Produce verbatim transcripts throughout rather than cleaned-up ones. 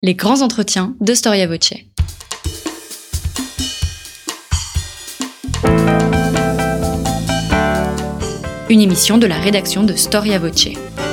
Les grands entretiens de Storia Voce. Une émission de la rédaction de Storia Voce.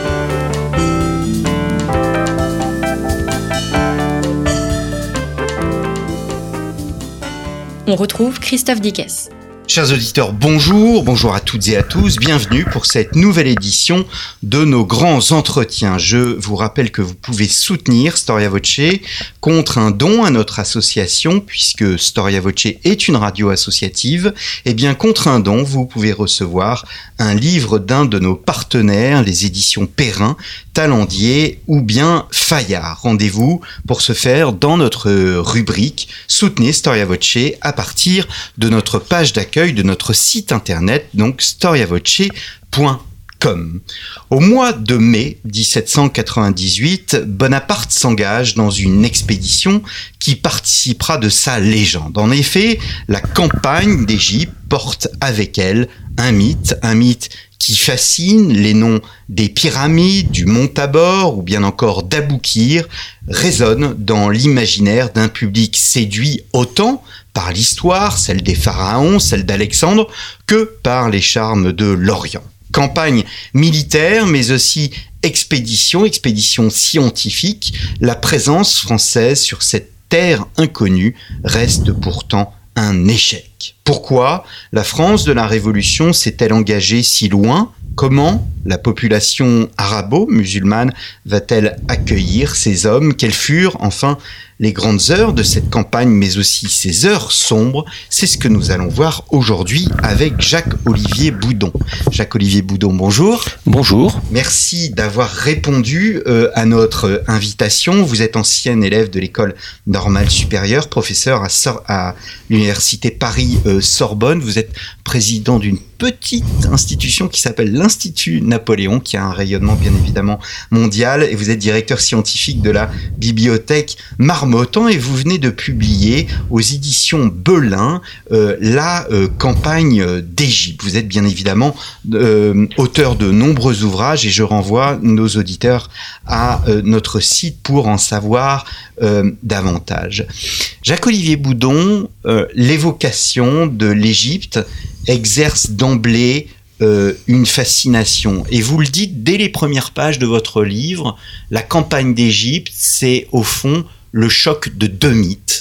On retrouve Christophe Dickès. Chers auditeurs, bonjour, bonjour à toutes et à tous, bienvenue pour cette nouvelle édition de nos grands entretiens. Je vous rappelle que vous pouvez soutenir Storia Voce contre un don à notre association, puisque Storia Voce est une radio associative. Et bien contre un don, vous pouvez recevoir un livre d'un de nos partenaires, les éditions Perrin, Talendier ou bien Fayard. Rendez-vous pour ce faire dans notre rubrique Soutenez Storia Voce à partir de notre page d'accueil de notre site internet, donc storia voce point com. Au mois de mai dix-sept cent quatre-vingt-dix-huit, Bonaparte s'engage dans une expédition qui participera de sa légende. En effet, la campagne d'Égypte porte avec elle un mythe, un mythe qui fascine. Les noms des pyramides, du mont Tabor ou bien encore d'Aboukir résonnent dans l'imaginaire d'un public séduit autant par l'histoire, celle des pharaons, celle d'Alexandre, que par les charmes de l'Orient. Campagne militaire, mais aussi expédition, expédition scientifique, la présence française sur cette terre inconnue reste pourtant un échec. Pourquoi la France de la Révolution s'est-elle engagée si loin ? Comment la population arabo-musulmane va-t-elle accueillir ces hommes ? Quelles furent enfin les grandes heures de cette campagne, mais aussi ces heures sombres? C'est ce que nous allons voir aujourd'hui avec Jacques-Olivier Boudon. Jacques-Olivier Boudon, bonjour. Bonjour. Merci d'avoir répondu euh, à notre invitation. Vous êtes ancien élève de l'école normale supérieure, professeur à, Sor- à l'université Paris-Sorbonne. Euh, Vous êtes président d'une petite institution qui s'appelle l'Institut Napoléon, qui a un rayonnement bien évidemment mondial, et vous êtes directeur scientifique de la bibliothèque Marmottan, et vous venez de publier aux éditions Belin euh, la euh, campagne d'Égypte. Vous êtes bien évidemment euh, auteur de nombreux ouvrages, et je renvoie nos auditeurs à euh, notre site pour en savoir euh, davantage. Jacques-Olivier Boudon, euh, l'évocation de l'Égypte exerce d'emblée euh, une fascination. Et vous le dites dès les premières pages de votre livre, la campagne d'Égypte, c'est au fond le choc de deux mythes.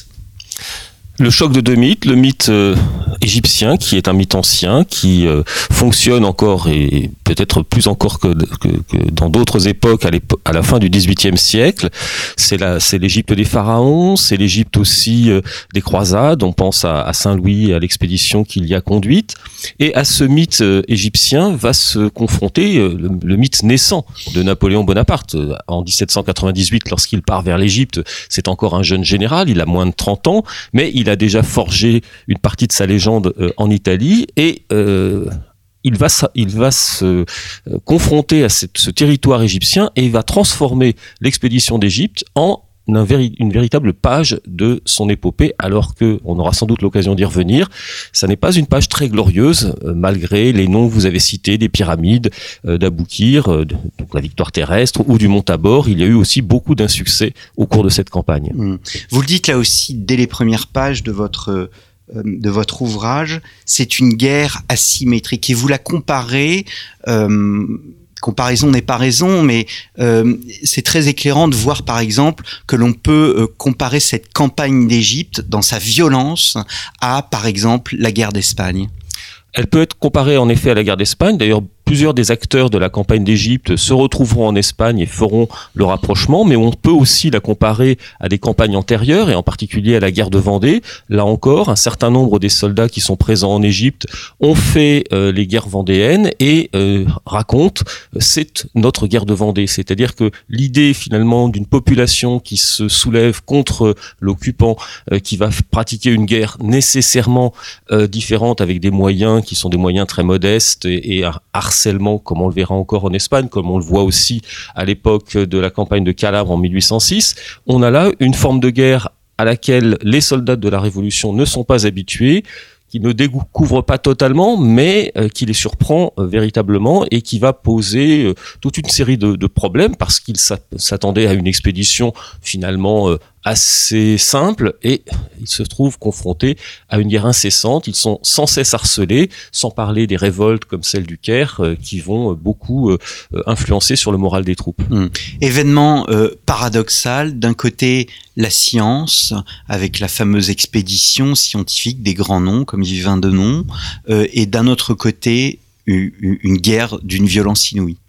Le choc de deux mythes, le mythe euh, égyptien, qui est un mythe ancien, qui euh, fonctionne encore et peut-être plus encore que, que, que dans d'autres époques à, à la fin du dix-huitième siècle. C'est, la, c'est l'Égypte des pharaons, c'est l'Égypte aussi euh, des croisades. On pense à, à Saint-Louis et à l'expédition qu'il y a conduite. Et à ce mythe euh, égyptien va se confronter euh, le, le mythe naissant de Napoléon Bonaparte. En dix-sept cent quatre-vingt-dix-huit, lorsqu'il part vers l'Égypte, c'est encore un jeune général, il a moins de trente ans, mais il Il a déjà forgé une partie de sa légende euh, en Italie et euh, il va, il va se euh, confronter à cette, ce territoire égyptien et il va transformer l'expédition d'Égypte en un véri, une véritable page de son épopée, alors que on aura sans doute l'occasion d'y revenir. Ça n'est pas une page très glorieuse, euh, malgré les noms que vous avez cités des pyramides, euh, d'Aboukir, euh, de, donc la victoire terrestre, ou du mont Tabor. Il y a eu aussi beaucoup d'insuccès au cours de cette campagne. Mmh. Vous le dites là aussi dès les premières pages de votre euh, de votre ouvrage, c'est une guerre asymétrique et vous la comparez. Euh, Comparaison n'est pas raison, mais euh, c'est très éclairant de voir par exemple que l'on peut euh, comparer cette campagne d'Égypte dans sa violence à par exemple la guerre d'Espagne. Elle peut être comparée en effet à la guerre d'Espagne. D'ailleurs, plusieurs des acteurs de la campagne d'Égypte se retrouveront en Espagne et feront le rapprochement, mais on peut aussi la comparer à des campagnes antérieures, et en particulier à la guerre de Vendée. Là encore, un certain nombre des soldats qui sont présents en Égypte ont fait euh, les guerres vendéennes et euh, racontent euh, c'est notre guerre de Vendée. C'est-à-dire que l'idée finalement d'une population qui se soulève contre l'occupant, euh, qui va pratiquer une guerre nécessairement euh, différente avec des moyens qui sont des moyens très modestes et, et harcèlement, comme on le verra encore en Espagne, comme on le voit aussi à l'époque de la campagne de Calabre en mille huit cent six. On a là une forme de guerre à laquelle les soldats de la Révolution ne sont pas habitués, qui ne découvre pas totalement, mais euh, qui les surprend euh, véritablement et qui va poser euh, toute une série de, de problèmes parce qu'ils s'attendaient à une expédition finalement euh, assez simple et ils se trouvent confrontés à une guerre incessante. Ils sont sans cesse harcelés, sans parler des révoltes comme celle du Caire euh, qui vont euh, beaucoup euh, influencer sur le moral des troupes. Mmh. Événement euh, paradoxal, d'un côté la science avec la fameuse expédition scientifique des grands noms comme Vivien Denon euh, et d'un autre côté une guerre d'une violence inouïe.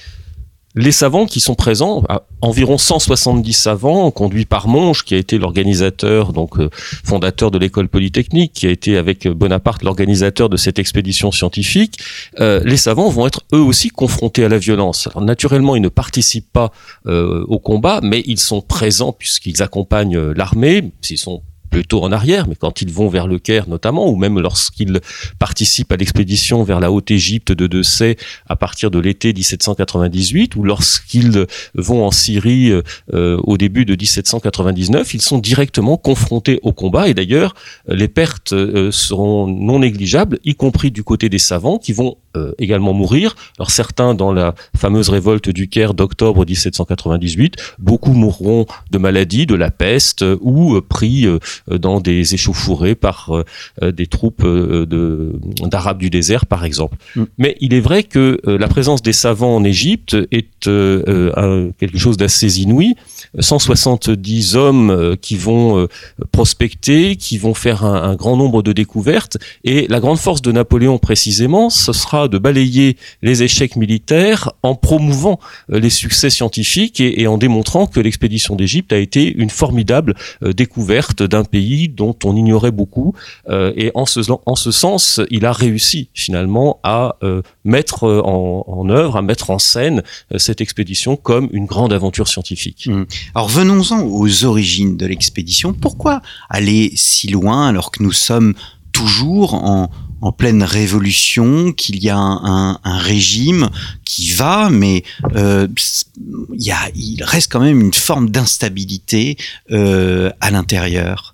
Les savants qui sont présents, environ cent soixante-dix savants, conduits par Monge, qui a été l'organisateur, donc euh, fondateur de l'école polytechnique, qui a été avec Bonaparte l'organisateur de cette expédition scientifique. Euh, les savants vont être eux aussi confrontés à la violence. Alors naturellement, ils ne participent pas euh, au combat, mais ils sont présents puisqu'ils accompagnent euh, l'armée. S'ils sont plutôt en arrière, mais quand ils vont vers le Caire notamment, ou même lorsqu'ils participent à l'expédition vers la Haute-Égypte de Dessay à partir de l'été dix-sept cent quatre-vingt-dix-huit, ou lorsqu'ils vont en Syrie euh, au début de dix-sept cent quatre-vingt-dix-neuf, ils sont directement confrontés au combat, et d'ailleurs les pertes euh, seront non négligeables, y compris du côté des savants qui vont euh, également mourir. Alors certains dans la fameuse révolte du Caire d'octobre dix-sept cent quatre-vingt-dix-huit, beaucoup mourront de maladies, de la peste, ou euh, pris euh, dans des échauffourées par euh, des troupes euh, de, d'Arabes du désert, par exemple. Mm. Mais il est vrai que euh, la présence des savants en Égypte est euh, euh, quelque chose d'assez inouï. cent soixante-dix hommes euh, qui vont euh, prospecter, qui vont faire un, un grand nombre de découvertes. Et la grande force de Napoléon, précisément, ce sera de balayer les échecs militaires en promouvant euh, les succès scientifiques et, et en démontrant que l'expédition d'Égypte a été une formidable euh, découverte d'un pays dont on ignorait beaucoup, euh, et en ce, en ce sens, il a réussi finalement à euh, mettre en, en œuvre, à mettre en scène euh, cette expédition comme une grande aventure scientifique. Mmh. Alors venons-en aux origines de l'expédition. Pourquoi aller si loin alors que nous sommes toujours en, en pleine révolution, qu'il y a un, un, un régime qui va, mais euh, il, y a, il reste quand même une forme d'instabilité euh, à l'intérieur?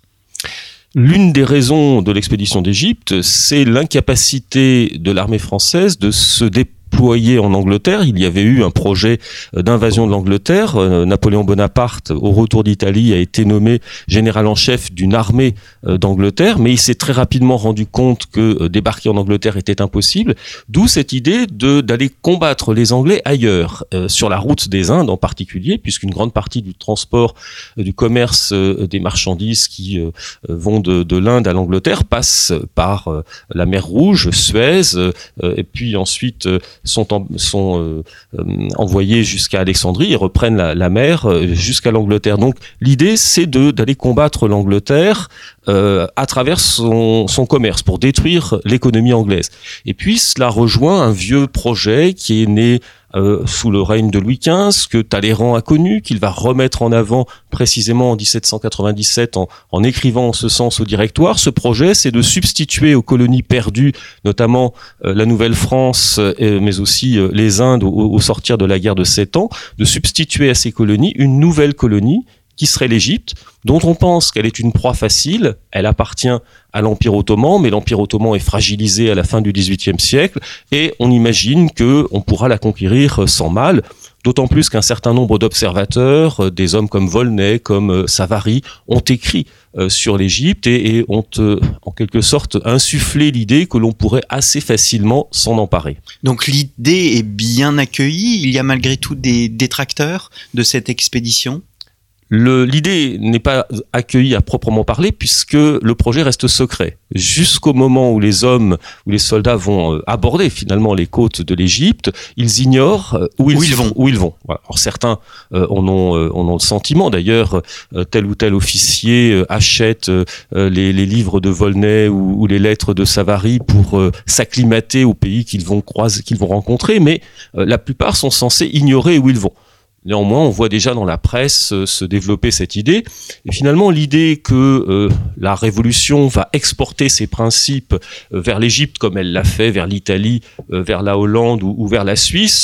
L'une des raisons de l'expédition d'Égypte, c'est l'incapacité de l'armée française de se déployer en Angleterre. Il y avait eu un projet d'invasion de l'Angleterre. Napoléon Bonaparte, au retour d'Italie, a été nommé général en chef d'une armée d'Angleterre, mais il s'est très rapidement rendu compte que débarquer en Angleterre était impossible, d'où cette idée de d'aller combattre les Anglais ailleurs, euh, sur la route des Indes en particulier, puisqu'une grande partie du transport, euh, du commerce euh, des marchandises qui euh, vont de, de l'Inde à l'Angleterre passe par euh, la mer Rouge, Suez, euh, et puis ensuite euh, sont, en, sont euh, euh, envoyés jusqu'à Alexandrie et reprennent la, la mer euh, jusqu'à l'Angleterre. Donc l'idée, c'est de d'aller combattre l'Angleterre euh, à travers son, son commerce pour détruire l'économie anglaise. Et puis cela rejoint un vieux projet qui est né Euh, sous le règne de Louis quinze, que Talleyrand a connu, qu'il va remettre en avant précisément en dix-sept cent quatre-vingt-dix-sept en, en écrivant en ce sens au Directoire. Ce projet, c'est de substituer aux colonies perdues, notamment euh, la Nouvelle-France, euh, mais aussi euh, les Indes au, au sortir de la guerre de Sept Ans, de substituer à ces colonies une nouvelle colonie qui serait l'Égypte, dont on pense qu'elle est une proie facile. Elle appartient à l'Empire ottoman, mais l'Empire ottoman est fragilisé à la fin du dix-huitième siècle, et on imagine qu'on pourra la conquérir sans mal, d'autant plus qu'un certain nombre d'observateurs, des hommes comme Volney, comme Savary, ont écrit sur l'Égypte et, et ont en quelque sorte insufflé l'idée que l'on pourrait assez facilement s'en emparer. Donc l'idée est bien accueillie, il y a malgré tout des détracteurs de cette expédition ? Le, l'idée n'est pas accueillie à proprement parler puisque le projet reste secret. Jusqu'au moment où les hommes, où les soldats vont aborder finalement les côtes de l'Égypte, ils ignorent où ils, où ils vont. Où ils vont. Voilà. Alors certains euh, en, ont, euh, en ont le sentiment. D'ailleurs, euh, tel ou tel officier euh, achète euh, les, les livres de Volney ou, ou les lettres de Savary pour euh, s'acclimater au pays qu'ils vont croiser, qu'ils vont rencontrer, mais euh, la plupart sont censés ignorer où ils vont. Néanmoins, on voit déjà dans la presse euh, se développer cette idée. Et finalement, l'idée que euh, la Révolution va exporter ses principes euh, vers l'Égypte, comme elle l'a fait vers l'Italie, euh, vers la Hollande ou, ou vers la Suisse,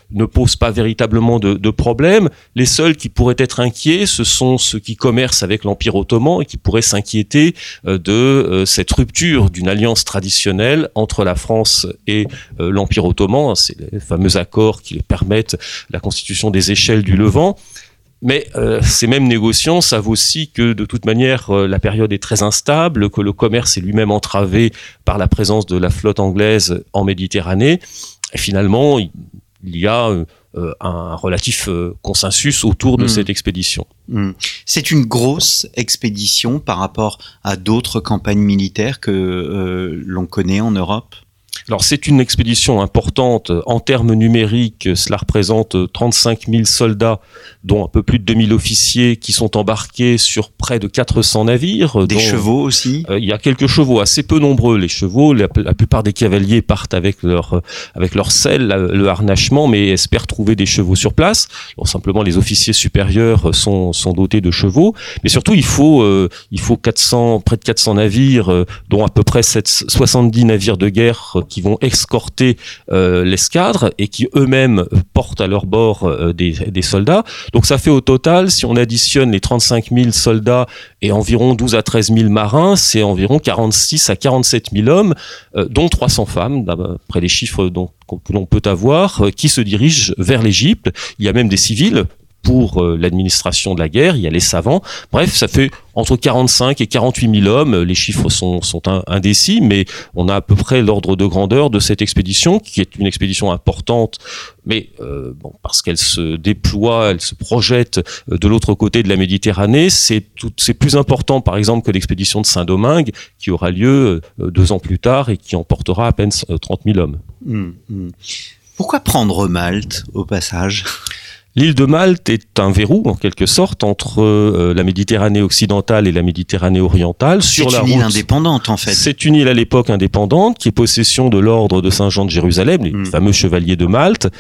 ne posent pas véritablement de, de problème. Les seuls qui pourraient être inquiets, ce sont ceux qui commercent avec l'Empire ottoman et qui pourraient s'inquiéter euh, de euh, cette rupture d'une alliance traditionnelle entre la France et euh, l'Empire ottoman. C'est les fameux accords qui permettent la constitution des échelles du Levant. Mais euh, ces mêmes négociants savent aussi que de toute manière euh, la période est très instable, que le commerce est lui-même entravé par la présence de la flotte anglaise en Méditerranée. Et finalement, il y a euh, un relatif euh, consensus autour de mmh. cette expédition. Mmh. C'est une grosse expédition par rapport à d'autres campagnes militaires que euh, l'on connaît en Europe. Alors c'est une expédition importante en termes numériques, cela représente trente-cinq mille soldats, dont un peu plus de deux mille officiers qui sont embarqués sur près de quatre cents navires. Des dont, chevaux aussi euh, Il y a quelques chevaux, assez peu nombreux les chevaux, la, la plupart des cavaliers partent avec leur, avec leur selle, le harnachement, mais espèrent trouver des chevaux sur place. Alors, simplement les officiers supérieurs sont, sont dotés de chevaux, mais surtout il faut, euh, il faut quatre cents, près de quatre cents navires, euh, dont à peu près soixante-dix navires de guerre euh, qui vont escorter euh, l'escadre et qui eux-mêmes portent à leur bord euh, des, des soldats. Donc ça fait au total, si on additionne les trente-cinq mille soldats et environ douze à treize mille marins, c'est environ quarante-six à quarante-sept mille hommes, euh, dont trois cents femmes, d'après les chiffres dont, que l'on peut avoir, euh, qui se dirigent vers l'Égypte. Il y a même des civils pour euh, l'administration de la guerre, il y a les savants. Bref, ça fait entre quarante-cinq et quarante-huit mille hommes. Les chiffres sont, sont indécis, mais on a à peu près l'ordre de grandeur de cette expédition, qui est une expédition importante, mais euh, bon, parce qu'elle se déploie, elle se projette de l'autre côté de la Méditerranée. C'est, tout, c'est plus important, par exemple, que l'expédition de Saint-Domingue, qui aura lieu euh, deux ans plus tard et qui emportera à peine trente mille hommes. Mmh, mmh. Pourquoi prendre Malte, au passage ? L'île de Malte est un verrou, en quelque sorte, entre euh, la Méditerranée occidentale et la Méditerranée orientale. Sur la route. C'est une île indépendante, en fait. C'est une île à l'époque indépendante, qui est possession de l'ordre de Saint-Jean de Jérusalem, les mmh. fameux chevaliers de Malte,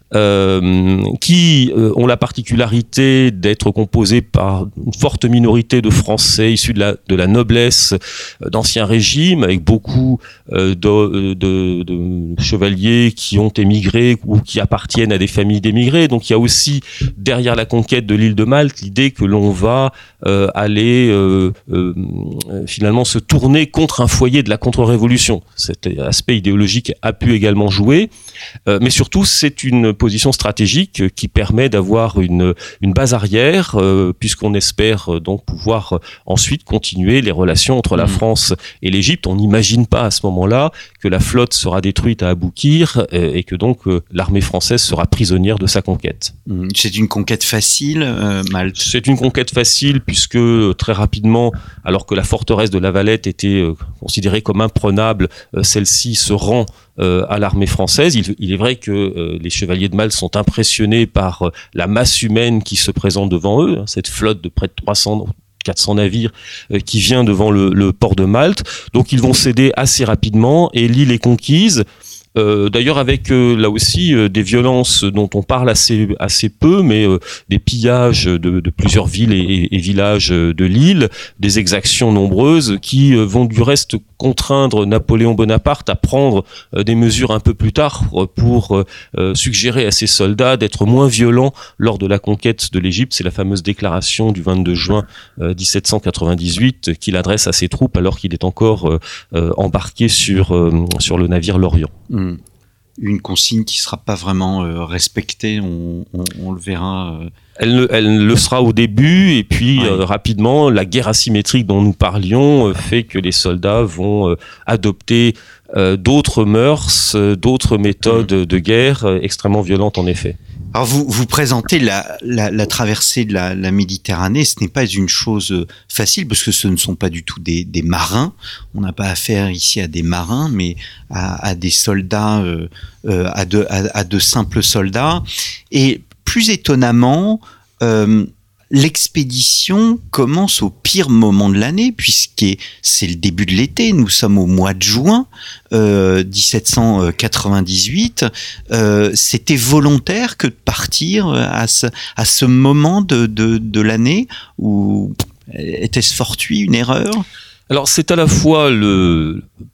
euh, qui euh, ont la particularité d'être composés par une forte minorité de Français issus de la, de la noblesse d'Ancien Régime, avec beaucoup euh, de, de, de chevaliers qui ont émigré ou qui appartiennent à des familles d'émigrés. Donc il y a aussi derrière la conquête de l'île de Malte, l'idée que l'on va euh, aller euh, euh, finalement se tourner contre un foyer de la contre-révolution. Cet aspect idéologique a pu également jouer, euh, mais surtout c'est une position stratégique qui permet d'avoir une, une base arrière, euh, puisqu'on espère euh, donc pouvoir euh, ensuite continuer les relations entre la France et l'Égypte. On n'imagine pas à ce moment-là que la flotte sera détruite à Aboukir euh, et que donc euh, l'armée française sera prisonnière de sa conquête. C'est une conquête facile, euh, Malte ? C'est une conquête facile puisque très rapidement, alors que la forteresse de La Valette était euh, considérée comme imprenable, euh, celle-ci se rend euh, à l'armée française. Il, il est vrai que euh, les chevaliers de Malte sont impressionnés par euh, la masse humaine qui se présente devant eux, hein, cette flotte de près de trois cents quatre cents navires euh, qui vient devant le, le port de Malte. Donc ils vont céder assez rapidement et l'île est conquise. Euh, d'ailleurs avec euh, là aussi euh, des violences dont on parle assez assez peu, mais euh, des pillages de, de plusieurs villes et, et, et villages de l'île, des exactions nombreuses qui euh, vont du reste contraindre Napoléon Bonaparte à prendre euh, des mesures un peu plus tard pour euh, suggérer à ses soldats d'être moins violents lors de la conquête de l'Égypte. C'est la fameuse déclaration du vingt-deux juin euh, dix-sept cent quatre-vingt-dix-huit qu'il adresse à ses troupes alors qu'il est encore euh, euh, embarqué sur euh, sur le navire L'Orient. Mmh. Une consigne qui ne sera pas vraiment euh, respectée, on, on, on le verra. Euh... Elle, elle le sera au début, et puis oui. euh, rapidement, la guerre asymétrique dont nous parlions euh, fait que les soldats vont euh, adopter euh, d'autres mœurs, euh, d'autres méthodes mmh. de guerre euh, extrêmement violentes en effet. Alors vous, vous présentez la, la, la traversée de la, la Méditerranée, ce n'est pas une chose facile parce que ce ne sont pas du tout des, des marins. On n'a pas affaire ici à des marins, mais à, à des soldats, euh, euh, à, de, à, à de simples soldats. Et plus étonnamment, euh, l'expédition commence au pire moment de l'année, puisque c'est le début de l'été, nous sommes au mois de juin euh, dix-sept cent quatre-vingt-dix-huit. Euh, c'était volontaire que de partir à ce, à ce moment de, de, de l'année, ou était-ce fortuit, une erreur ? Alors c'est à la fois le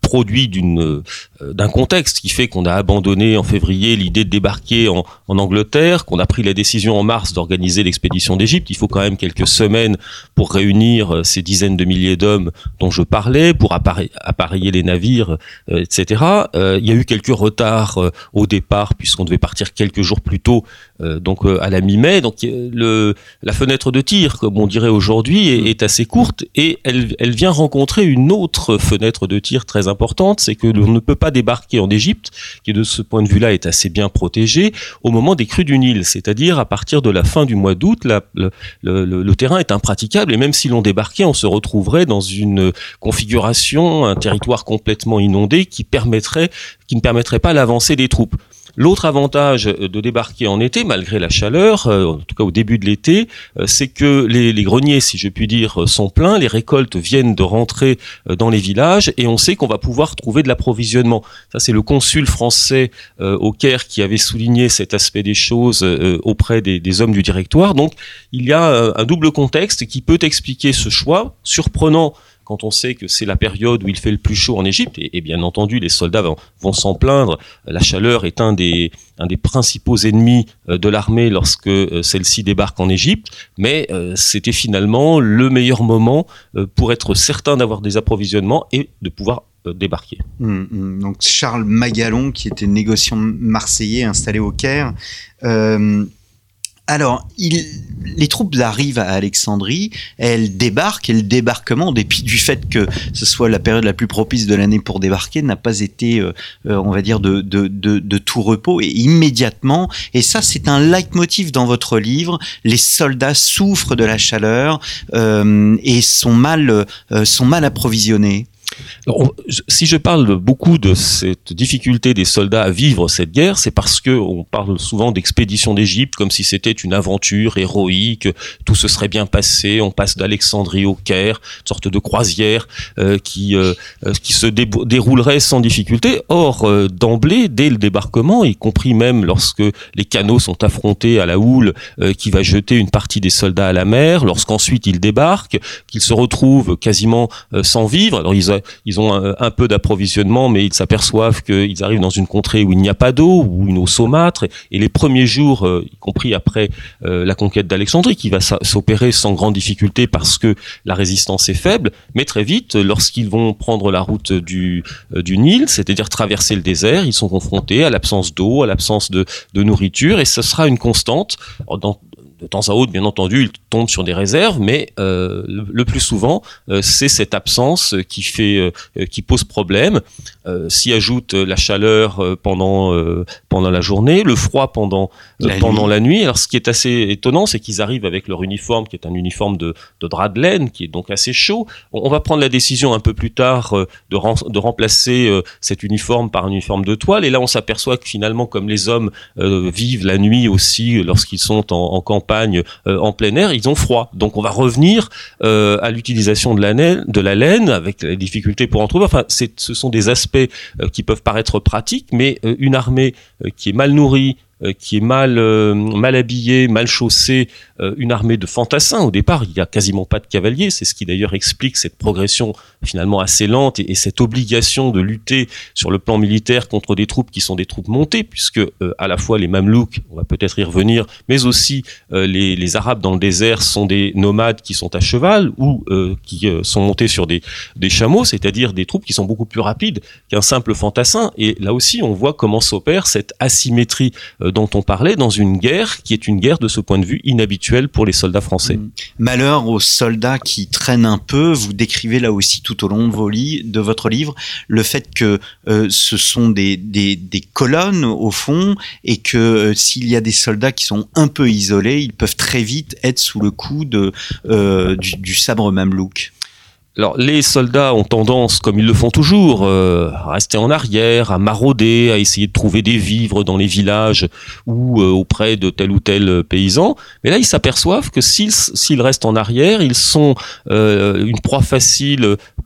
produit d'une euh, d'un contexte qui fait qu'on a abandonné en février l'idée de débarquer en, en Angleterre, qu'on a pris la décision en mars d'organiser l'expédition d'Égypte. Il faut quand même quelques semaines pour réunir ces dizaines de milliers d'hommes dont je parlais, pour appareiller, appareiller les navires, euh, et cetera. Euh, il y a eu quelques retards euh, au départ puisqu'on devait partir quelques jours plus tôt, euh, donc euh, à la mi-mai. Donc le, la fenêtre de tir, comme on dirait aujourd'hui, est, est assez courte et elle, elle vient rencontrer une autre fenêtre de tir très importante, c'est que l'on ne peut pas débarquer en Égypte, qui de ce point de vue-là est assez bien protégée, au moment des crues du Nil, c'est-à-dire à partir de la fin du mois d'août, la, le, le, le terrain est impraticable et même si l'on débarquait, on se retrouverait dans une configuration, un territoire complètement inondé qui permettrait, qui ne permettrait pas l'avancée des troupes. L'autre avantage de débarquer en été, malgré la chaleur, en tout cas au début de l'été, c'est que les, les greniers, si je puis dire, sont pleins, les récoltes viennent de rentrer dans les villages et on sait qu'on va pouvoir trouver de l'approvisionnement. Ça, c'est le consul français euh, au Caire qui avait souligné cet aspect des choses euh, auprès des, des hommes du directoire. Donc, il y a euh, un double contexte qui peut expliquer ce choix surprenant quand on sait que c'est la période où il fait le plus chaud en Égypte, et, et bien entendu les soldats vont, vont s'en plaindre, la chaleur est un des, un des principaux ennemis de l'armée lorsque celle-ci débarque en Égypte, mais euh, c'était finalement le meilleur moment euh, pour être certain d'avoir des approvisionnements et de pouvoir euh, débarquer. Mmh, mmh. Donc Charles Magalon, qui était négociant marseillais installé au Caire, euh, alors, il, les troupes arrivent à Alexandrie, elles débarquent, et le débarquement, en dépit du fait que ce soit la période la plus propice de l'année pour débarquer, n'a pas été, euh, on va dire, de, de, de, de tout repos, et immédiatement, et ça c'est un leitmotiv dans votre livre, les soldats souffrent de la chaleur euh, et sont mal, euh, sont mal approvisionnés. Alors, on, si je parle beaucoup de cette difficulté des soldats à vivre cette guerre, c'est parce que on parle souvent d'expédition d'Égypte comme si c'était une aventure héroïque, tout se serait bien passé, on passe d'Alexandrie au Caire, une sorte de croisière euh, qui euh, qui se dé- déroulerait sans difficulté. Or, euh, d'emblée, dès le débarquement, y compris même lorsque les canaux sont affrontés à la houle euh, qui va jeter une partie des soldats à la mer, lorsqu'ensuite ils débarquent, qu'ils se retrouvent quasiment euh, sans vivre. Alors ils a, Ils ont un, un peu d'approvisionnement, mais ils s'aperçoivent qu'ils arrivent dans une contrée où il n'y a pas d'eau, ou une eau saumâtre. Et les premiers jours, euh, y compris après euh, la conquête d'Alexandrie, qui va s'opérer sans grande difficulté parce que la résistance est faible, mais très vite, lorsqu'ils vont prendre la route du, euh, du Nil, c'est-à-dire traverser le désert, ils sont confrontés à l'absence d'eau, à l'absence de, de nourriture, et ce sera une constante. Dans, De temps à autre, bien entendu, ils tombent sur des réserves, mais euh, le, le plus souvent, euh, c'est cette absence qui fait, euh, qui pose problème. Euh, s'y ajoute la chaleur euh, pendant euh, pendant la journée, le froid pendant euh, la pendant nuit. la nuit. Alors, ce qui est assez étonnant, c'est qu'ils arrivent avec leur uniforme, qui est un uniforme de, de drap de laine, qui est donc assez chaud. On, on va prendre la décision un peu plus tard euh, de, ren- de remplacer euh, cet uniforme par un uniforme de toile. Et là, on s'aperçoit que finalement, comme les hommes euh, vivent la nuit aussi lorsqu'ils sont en, en campagne, euh, en plein air, ils ont froid. Donc, on va revenir euh, à l'utilisation de la laine, de la laine, avec les difficultés pour en trouver. Enfin, c'est, ce sont des aspects euh, qui peuvent paraître pratiques, mais euh, une armée euh, qui est mal nourrie, euh, qui est mal euh, mal habillée, mal chaussée, euh, une armée de fantassins. Au départ, il y a quasiment pas de cavaliers. C'est ce qui d'ailleurs explique cette progression finalement assez lente et, et cette obligation de lutter sur le plan militaire contre des troupes qui sont des troupes montées, puisque euh, à la fois les Mamelouks, on va peut-être y revenir, mais aussi euh, les, les Arabes dans le désert sont des nomades qui sont à cheval ou euh, qui euh, sont montés sur des, des chameaux, c'est-à-dire des troupes qui sont beaucoup plus rapides qu'un simple fantassin. Et là aussi, on voit comment s'opère cette asymétrie euh, dont on parlait dans une guerre qui est une guerre de ce point de vue inhabituelle pour les soldats français. Malheur aux soldats qui traînent un peu. Vous décrivez là aussi tout au long de, vos li- de votre livre le fait que euh, ce sont des, des, des colonnes au fond et que euh, s'il y a des soldats qui sont un peu isolés, ils peuvent très vite être sous le coup de, euh, du, du sabre mamelouk. Alors, les soldats ont tendance, comme ils le font toujours, euh, à rester en arrière, à marauder, à essayer de trouver des vivres dans les villages ou euh, auprès de tel ou tel paysan. Mais là, ils s'aperçoivent que s'ils, s'ils restent en arrière, ils sont euh, une proie facile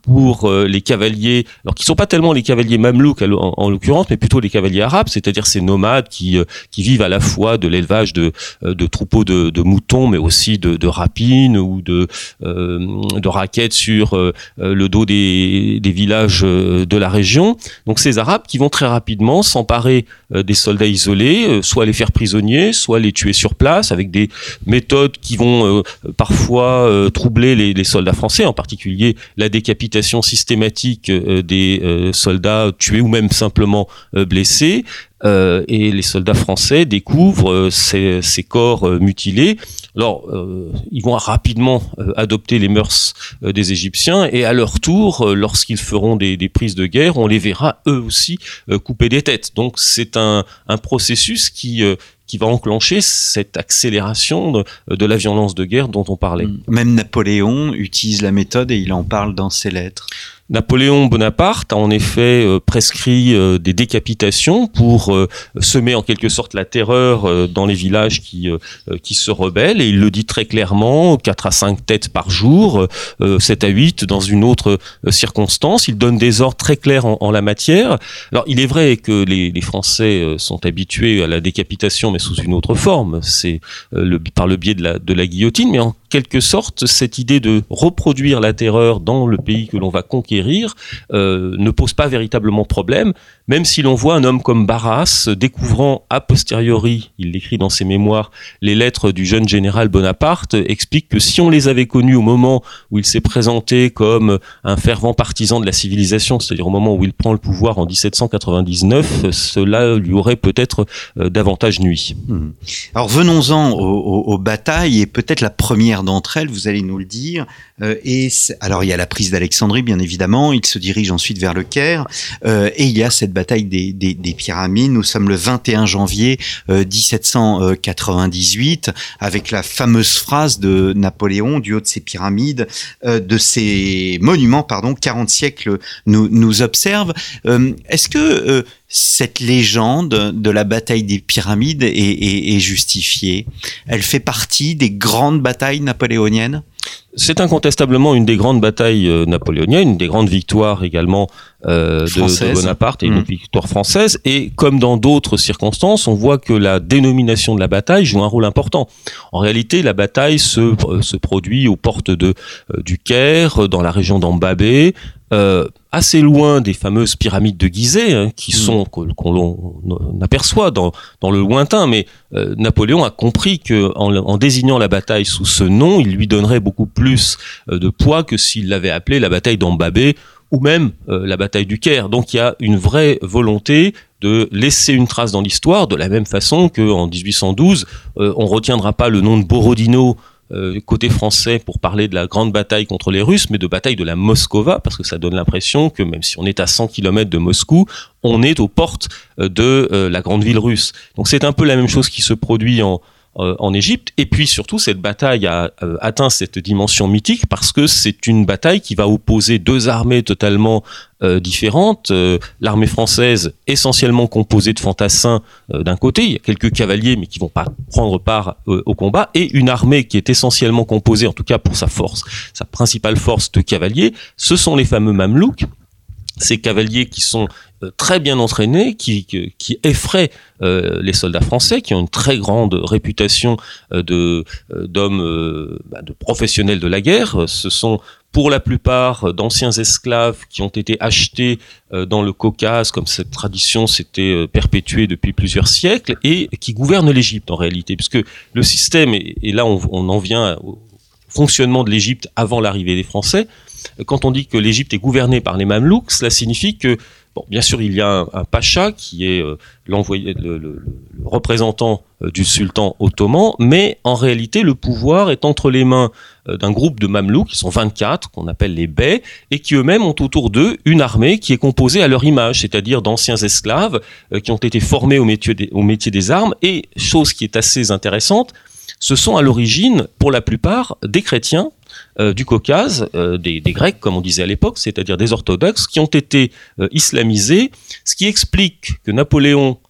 pour euh, les cavaliers, alors qui sont pas tellement les cavaliers mamelouks en, en l'occurrence, mais plutôt les cavaliers arabes, c'est-à-dire ces nomades qui euh, qui vivent à la fois de l'élevage de de troupeaux de, de moutons, mais aussi de, de rapines ou de euh, de raquettes sur euh, le dos des des villages de la région. Donc ces Arabes qui vont très rapidement s'emparer euh, des soldats isolés, euh, soit les faire prisonniers, soit les tuer sur place, avec des méthodes qui vont euh, parfois euh, troubler les, les soldats français, en particulier la décapitation systématique euh, des euh, soldats tués ou même simplement euh, blessés. Euh, et les soldats français découvrent euh, ces, ces corps euh, mutilés. Alors, euh, ils vont rapidement euh, adopter les mœurs euh, des Égyptiens, et à leur tour, euh, lorsqu'ils feront des, des prises de guerre, on les verra eux aussi euh, couper des têtes. Donc, c'est un, un processus qui euh, qui va enclencher cette accélération de, de la violence de guerre dont on parlait. Même Napoléon utilise la méthode et il en parle dans ses lettres. Napoléon Bonaparte a en effet euh, prescrit euh, des décapitations pour euh, semer en quelque sorte la terreur euh, dans les villages qui euh, qui se rebellent, et il le dit très clairement, quatre à cinq têtes par jour, euh, sept à huit dans une autre euh, circonstance. Il donne des ordres très clairs en, en la matière. Alors il est vrai que les, les Français euh, sont habitués à la décapitation, mais sous une autre forme, c'est euh, le, par le biais de la, de la guillotine, mais en quelque sorte, cette idée de reproduire la terreur dans le pays que l'on va conquérir euh, ne pose pas véritablement problème, même si l'on voit un homme comme Barras découvrant a posteriori, il l'écrit dans ses mémoires, les lettres du jeune général Bonaparte, explique que si on les avait connus au moment où il s'est présenté comme un fervent partisan de la civilisation, c'est-à-dire au moment où il prend le pouvoir en dix-sept cent quatre-vingt-dix-neuf, cela lui aurait peut-être euh, davantage nui. Mmh. Alors venons-en aux, aux, aux batailles, et peut-être la première d'entre elles, vous allez nous le dire. Euh, et alors il y a la prise d'Alexandrie, bien évidemment. Il se dirige ensuite vers le Caire, euh, et il y a cette bataille des, des, des pyramides. Nous sommes le vingt et un janvier euh, dix-sept cent quatre-vingt-dix-huit, avec la fameuse phrase de Napoléon du haut de ces pyramides, euh, de ces monuments, pardon, quarante siècles nous nous observent. Euh, est-ce que euh, cette légende de la bataille des pyramides est, est, est justifiée? Elle fait partie des grandes batailles napoléoniennes? C'est incontestablement une des grandes batailles euh, napoléoniennes, une des grandes victoires également euh, de, de Bonaparte, et une mmh. victoire française. Et comme dans d'autres circonstances, on voit que la dénomination de la bataille joue un rôle important. En réalité, la bataille se, euh, se produit aux portes de, euh, du Caire, dans la région d'Ambabé, euh, assez loin des fameuses pyramides de Gizeh, hein, qui sont mmh. qu'on, qu'on aperçoit dans, dans le lointain. Mais euh, Napoléon a compris que en, en désignant la bataille sous ce nom, il lui donnerait beaucoup plus euh, de poids que s'il l'avait appelée la bataille d'Ambabé ou même euh, la bataille du Caire. Donc il y a une vraie volonté de laisser une trace dans l'histoire, de la même façon qu'en dix-huit cent douze, euh, on retiendra pas le nom de Borodino Euh, côté français pour parler de la grande bataille contre les Russes, mais de bataille de la Moskova, parce que ça donne l'impression que même si on est à cent kilomètres de Moscou, on est aux portes de euh, la grande ville russe. Donc c'est un peu la même chose qui se produit en euh, en Égypte. Et puis surtout, cette bataille a euh, atteint cette dimension mythique parce que c'est une bataille qui va opposer deux armées totalement euh, différentes. Euh, l'armée française, essentiellement composée de fantassins euh, d'un côté, il y a quelques cavaliers mais qui vont pas prendre part euh, au combat, et une armée qui est essentiellement composée, en tout cas pour sa force, sa principale force, de cavaliers. Ce sont les fameux Mamelouks, ces cavaliers qui sont euh, très bien entraînés, qui, qui, qui effraient euh, les soldats français, qui ont une très grande réputation euh, de euh, d'hommes, euh, bah, de professionnels de la guerre. Ce sont pour la plupart d'anciens esclaves qui ont été achetés euh, dans le Caucase, comme cette tradition s'était euh, perpétuée depuis plusieurs siècles, et qui gouvernent l'Égypte en réalité, puisque le système, et, et là on, on en vient au fonctionnement de l'Égypte avant l'arrivée des Français. Quand on dit que l'Égypte est gouvernée par les Mamelouks, cela signifie que, bon, bien sûr, il y a un, un pacha qui est euh, l'envoyé, le, le, le représentant euh, du sultan ottoman, mais en réalité, le pouvoir est entre les mains euh, d'un groupe de Mamelouks, qui sont vingt-quatre, qu'on appelle les bey, et qui eux-mêmes ont autour d'eux une armée qui est composée à leur image, c'est-à-dire d'anciens esclaves euh, qui ont été formés au métier des, au métier des armes. Et chose qui est assez intéressante, ce sont à l'origine, pour la plupart, des chrétiens Euh, du Caucase, euh, des, des Grecs, comme on disait à l'époque, c'est-à-dire des orthodoxes, qui ont été euh, islamisés, ce qui explique que Napoléon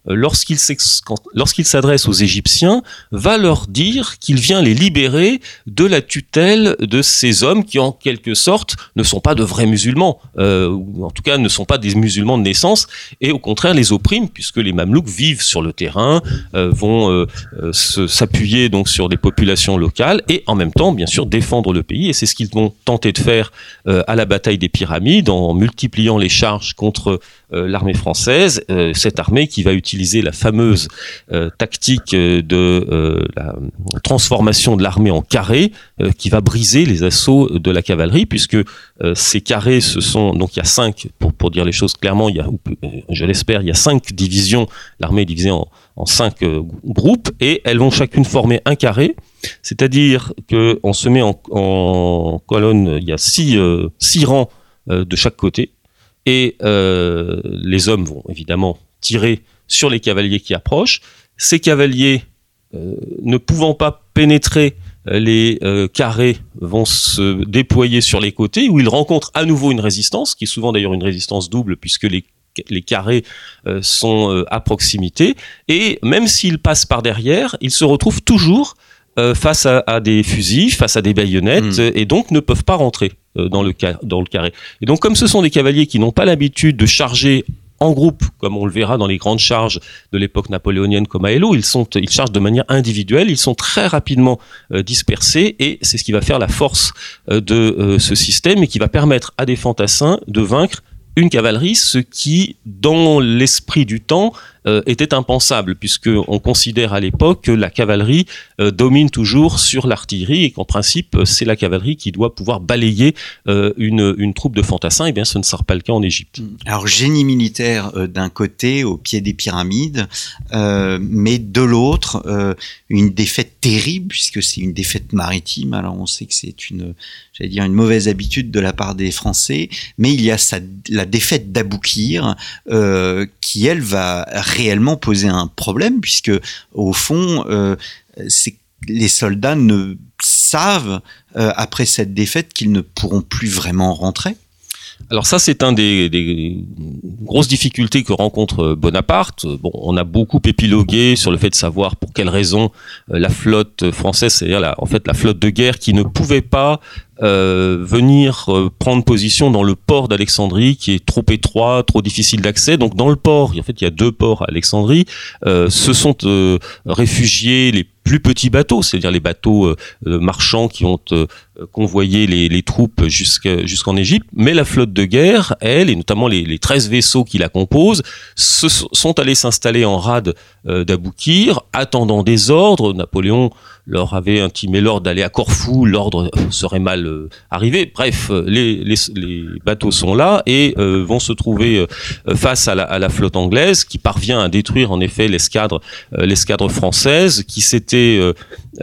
lorsqu'il, lorsqu'il s'adresse aux Égyptiens, va leur dire qu'il vient les libérer de la tutelle de ces hommes qui, en quelque sorte, ne sont pas de vrais musulmans, euh, ou en tout cas ne sont pas des musulmans de naissance, et au contraire les oppriment, puisque les Mamelouks vivent sur le terrain, euh, vont euh, euh, se, s'appuyer donc sur des populations locales, et en même temps, bien sûr, défendre le pays, et c'est ce qu'ils vont tenter de faire euh, à la bataille des Pyramides, en multipliant les charges contre euh, l'armée française, euh, cette armée qui va utiliser la fameuse euh, tactique de euh, la transformation de l'armée en carré, euh, qui va briser les assauts de la cavalerie, puisque euh, ces carrés, ce sont, donc il y a cinq, pour, pour dire les choses clairement, il y a, je l'espère, il y a cinq divisions, l'armée est divisée en, en cinq euh, groupes, et elles vont chacune former un carré, c'est-à-dire qu'on se met en, en colonne, il y a six, euh, six rangs euh, de chaque côté, et euh, les hommes vont évidemment tirer sur les cavaliers qui approchent. Ces cavaliers, euh, ne pouvant pas pénétrer les euh, carrés, vont se déployer sur les côtés, où ils rencontrent à nouveau une résistance, qui est souvent d'ailleurs une résistance double, puisque les les carrés euh, sont euh, à proximité, et même s'ils passent par derrière, ils se retrouvent toujours Euh, face à, à des fusils, face à des baïonnettes, mmh. et donc ne peuvent pas rentrer euh, dans, le ca- dans le carré. Et donc, comme ce sont des cavaliers qui n'ont pas l'habitude de charger en groupe, comme on le verra dans les grandes charges de l'époque napoléonienne comme à Eylau, ils, sont, ils chargent de manière individuelle, ils sont très rapidement euh, dispersés, et c'est ce qui va faire la force euh, de euh, ce système, et qui va permettre à des fantassins de vaincre une cavalerie, ce qui, dans l'esprit du temps, euh, était impensable, puisqu'on considère à l'époque que la cavalerie euh, domine toujours sur l'artillerie, et qu'en principe, c'est la cavalerie qui doit pouvoir balayer euh, une, une troupe de fantassins. Eh bien, ce ne sera pas le cas en Égypte. Alors, génie militaire euh, d'un côté, au pied des pyramides, euh, mais de l'autre, euh, une défaite terrible, puisque c'est une défaite maritime. Alors, on sait que c'est une, j'allais dire, une mauvaise habitude de la part des Français, mais il y a sa, la défaite d'Aboukir, euh, qui, elle, va réellement poser un problème, puisque au fond, euh, c'est, les soldats ne savent, euh, après cette défaite, qu'ils ne pourront plus vraiment rentrer. Alors ça, c'est un des, des grosses difficultés que rencontre Bonaparte. Bon, on a beaucoup épilogué sur le fait de savoir pour quelles raisons la flotte française, c'est-à-dire la, en fait la flotte de guerre qui ne pouvait pas Euh, venir euh, prendre position dans le port d'Alexandrie, qui est trop étroit, trop difficile d'accès. Donc dans le port, en fait, il y a deux ports à Alexandrie, euh, se sont euh, réfugiés les plus petits bateaux, c'est-à-dire les bateaux euh, marchands qui ont euh, convoyé les, les troupes jusqu'à, jusqu'en Égypte. Mais la flotte de guerre, elle, et notamment les, les treize vaisseaux qui la composent, se sont allés s'installer en rade euh, d'Aboukir, attendant des ordres. Napoléon leur avait intimé l'ordre d'aller à Corfou, l'ordre serait mal euh, arrivé. Bref, les, les, les bateaux sont là et euh, vont se trouver euh, face à la, à la flotte anglaise, qui parvient à détruire en effet l'escadre, euh, l'escadre française, qui s'était euh,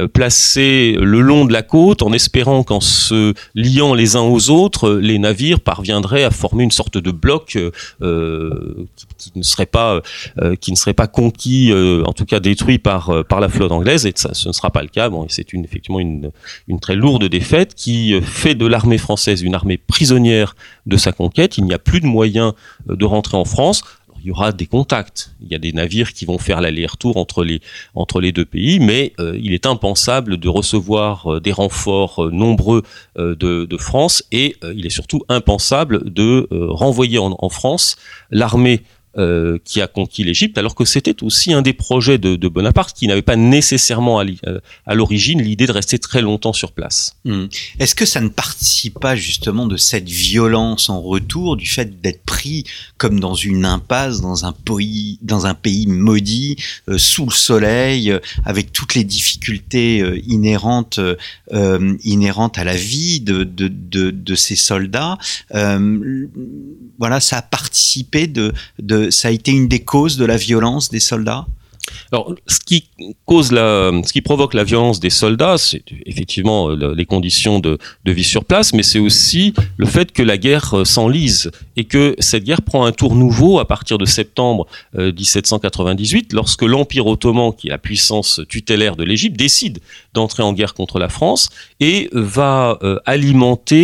placée le long de la côte en espérant qu'en se liant les uns aux autres, les navires parviendraient à former une sorte de bloc euh, qui, qui ne serait pas, euh, qui ne serait pas conquis, euh, en tout cas détruit par, par la flotte anglaise, et ça, ce ne sera pas le cas. Bon, c'est une, effectivement une, une très lourde défaite qui fait de l'armée française une armée prisonnière de sa conquête. Il n'y a plus de moyens de rentrer en France. Alors, il y aura des contacts. Il y a des navires qui vont faire l'aller-retour entre les, entre les deux pays, mais euh, il est impensable de recevoir euh, des renforts euh, nombreux euh, de, de France, et euh, il est surtout impensable de euh, renvoyer en, en France l'armée Euh, qui a conquis l'Égypte, alors que c'était aussi un des projets de, de Bonaparte, qui n'avait pas nécessairement à, à l'origine l'idée de rester très longtemps sur place. Mmh. Est-ce que ça ne participe pas justement de cette violence en retour, du fait d'être pris comme dans une impasse, dans un pays, dans un pays maudit, euh, sous le soleil, euh, avec toutes les difficultés euh, inhérentes, euh, inhérentes à la vie de, de, de, de ces soldats? euh, Voilà, ça a participé de, de ça a été une des causes de la violence des soldats? Alors, ce qui cause la, ce qui provoque la violence des soldats, c'est effectivement les conditions de, de vie sur place, mais c'est aussi le fait que la guerre s'enlise et que cette guerre prend un tour nouveau à partir de septembre euh, dix-sept cent quatre-vingt-dix-huit, lorsque l'Empire ottoman, qui est la puissance tutélaire de l'Égypte, décide d'entrer en guerre contre la France et va euh, alimenter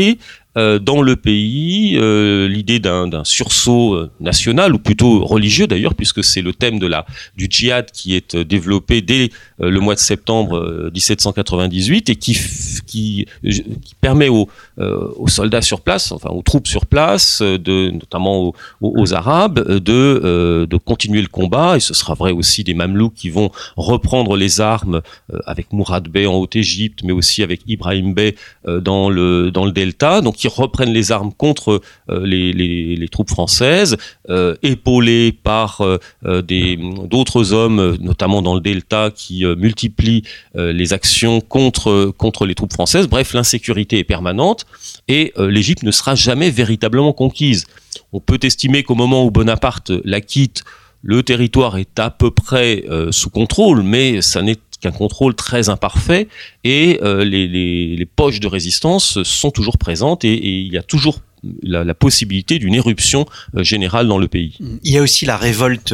euh, dans le pays euh, l'idée d'un, d'un sursaut national, ou plutôt religieux d'ailleurs, puisque c'est le thème de la, du djihad qui est développé dès euh, le mois de septembre euh, dix-sept cent quatre-vingt-dix-huit et qui, qui, qui permet aux, euh, aux soldats sur place, enfin aux troupes sur place, de, notamment aux, aux, aux Arabes, de, euh, de continuer le combat. Et ce sera vrai aussi des Mamelouks qui vont reprendre les armes euh, avec Mourad Bey en Haute-Égypte, mais aussi avec Ibrahim Bey euh, dans le dans le delta. Donc ils reprennent les armes contre euh, les, les les troupes françaises, euh, épaulés par euh, des d'autres hommes, notamment dans le delta, qui euh, multiplient euh, les actions contre contre les troupes françaises. Bref, l'insécurité est permanente et euh, l'Égypte ne sera jamais véritablement conquise. On peut estimer qu'au moment où Bonaparte la quitte, le territoire est à peu près euh, sous contrôle, mais ça n'est qu'un contrôle très imparfait et euh, les, les, les poches de résistance sont toujours présentes et, et il y a toujours la, la possibilité d'une éruption euh, générale dans le pays. Il y a aussi la révolte,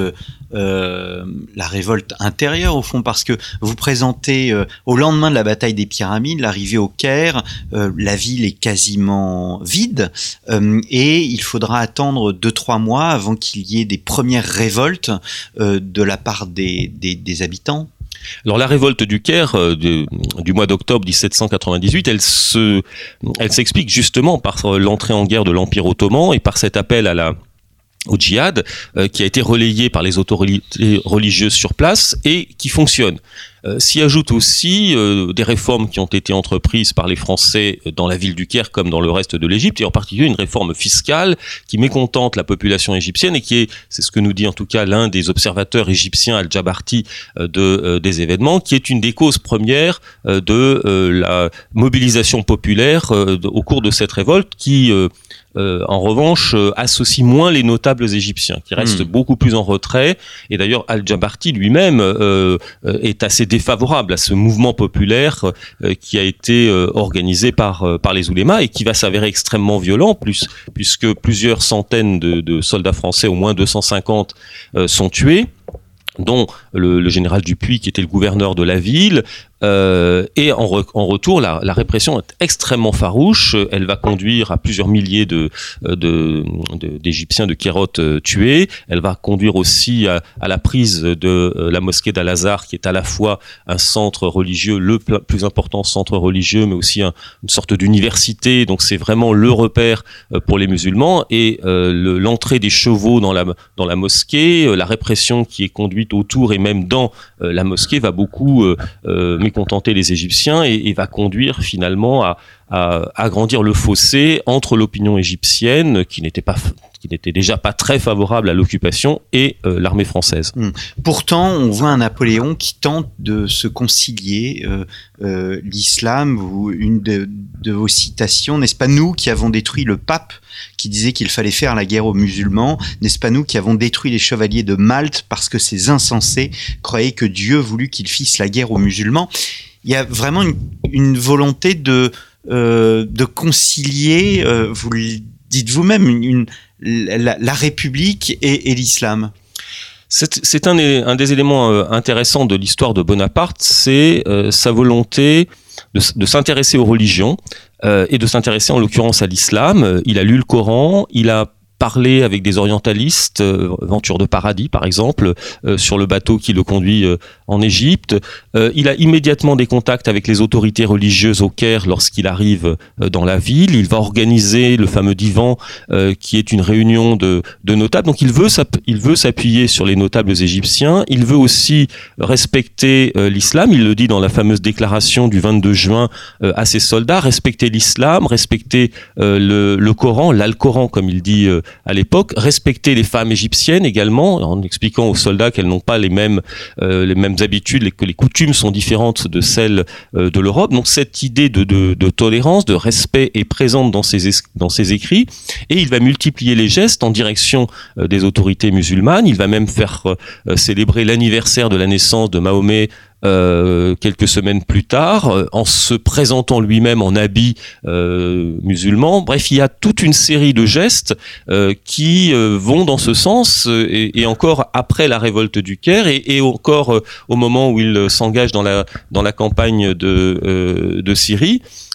euh, la révolte intérieure au fond, parce que vous présentez euh, au lendemain de la bataille des Pyramides, l'arrivée au Caire, euh, la ville est quasiment vide euh, et il faudra attendre deux trois mois avant qu'il y ait des premières révoltes euh, de la part des, des, des habitants. Alors la révolte du Caire euh, de, du mois d'octobre dix-sept cent quatre-vingt-dix-huit, elle se, elle s'explique justement par l'entrée en guerre de l'Empire ottoman et par cet appel à la au djihad euh, qui a été relayé par les autorités religieuses sur place et qui fonctionne. Euh, s'y ajoutent aussi euh, des réformes qui ont été entreprises par les Français dans la ville du Caire comme dans le reste de l'Égypte, et en particulier une réforme fiscale qui mécontente la population égyptienne et qui est, c'est ce que nous dit en tout cas l'un des observateurs égyptiens, Al-Jabarti, euh, de, euh, des événements, qui est une des causes premières euh, de euh, la mobilisation populaire euh, de, au cours de cette révolte qui... Euh, Euh, en revanche, euh, associe moins les notables égyptiens, qui restent mmh. beaucoup plus en retrait. Et d'ailleurs, Al-Jabarti lui-même euh, euh, est assez défavorable à ce mouvement populaire euh, qui a été euh, organisé par euh, par les oulémas et qui va s'avérer extrêmement violent, plus puisque plusieurs centaines de, de soldats français, au moins deux cent cinquante, euh, sont tués, dont le, le général Dupuy, qui était le gouverneur de la ville. Euh, et en, re, en retour, la, la répression est extrêmement farouche. Elle va conduire à plusieurs milliers de, de, de, d'Égyptiens de Kéroth euh, tués. Elle va conduire aussi à, à la prise de euh, la mosquée d'Al-Azhar, qui est à la fois un centre religieux, le pl- plus important centre religieux, mais aussi un, une sorte d'université. Donc c'est vraiment le repère euh, pour les musulmans. Et euh, le, l'entrée des chevaux dans la, dans la mosquée, euh, la répression qui est conduite autour et même dans euh, la mosquée va beaucoup euh, euh, mécontenter les Égyptiens et, et va conduire finalement à, à agrandir le fossé entre l'opinion égyptienne, qui n'était pas qui n'était déjà pas très favorable à l'occupation, et euh, l'armée française. Mmh. Pourtant, on voit un Napoléon qui tente de se concilier euh, euh, l'islam, ou une de, de vos citations, n'est-ce pas nous qui avons détruit le pape qui disait qu'il fallait faire la guerre aux musulmans, n'est-ce pas nous qui avons détruit les chevaliers de Malte parce que ces insensés croyaient que Dieu voulut qu'ils fissent la guerre aux musulmans. Il y a vraiment une, une volonté de, euh, de concilier, euh, vous le dites vous-même, une, une, la, la République et, et l'islam. C'est, c'est un, des, un des éléments euh, intéressants de l'histoire de Bonaparte, c'est euh, sa volonté de, de s'intéresser aux religions euh, et de s'intéresser en l'occurrence à l'islam. Il a lu le Coran, il a parlé avec des orientalistes, euh, Venture de Paradis par exemple, euh, sur le bateau qui le conduit euh, en Égypte. Euh, il a immédiatement des contacts avec les autorités religieuses au Caire lorsqu'il arrive euh, dans la ville. Il va organiser le fameux divan euh, qui est une réunion de, de notables. Donc il veut, il veut s'appuyer sur les notables égyptiens. Il veut aussi respecter euh, l'islam. Il le dit dans la fameuse déclaration du vingt-deux juin euh, à ses soldats, respecter l'islam, respecter euh, le, le Coran, l'Al-Coran comme il dit euh, à l'époque, respecter les femmes égyptiennes également, en expliquant aux soldats qu'elles n'ont pas les mêmes euh, les mêmes habitudes, que les coutumes sont différentes de celles euh, de l'Europe. Donc cette idée de, de, de tolérance, de respect est présente dans ses dans ses écrits, et il va multiplier les gestes en direction euh, des autorités musulmanes. Il va même faire euh, célébrer l'anniversaire de la naissance de Mahomet Euh, quelques semaines plus tard, euh, en se présentant lui-même en habit euh, musulman. Bref, il y a toute une série de gestes euh, qui euh, vont dans ce sens, euh, et, et encore après la révolte du Caire, et, et encore euh, au moment où il s'engage dans la dans la campagne de euh, de Syrie.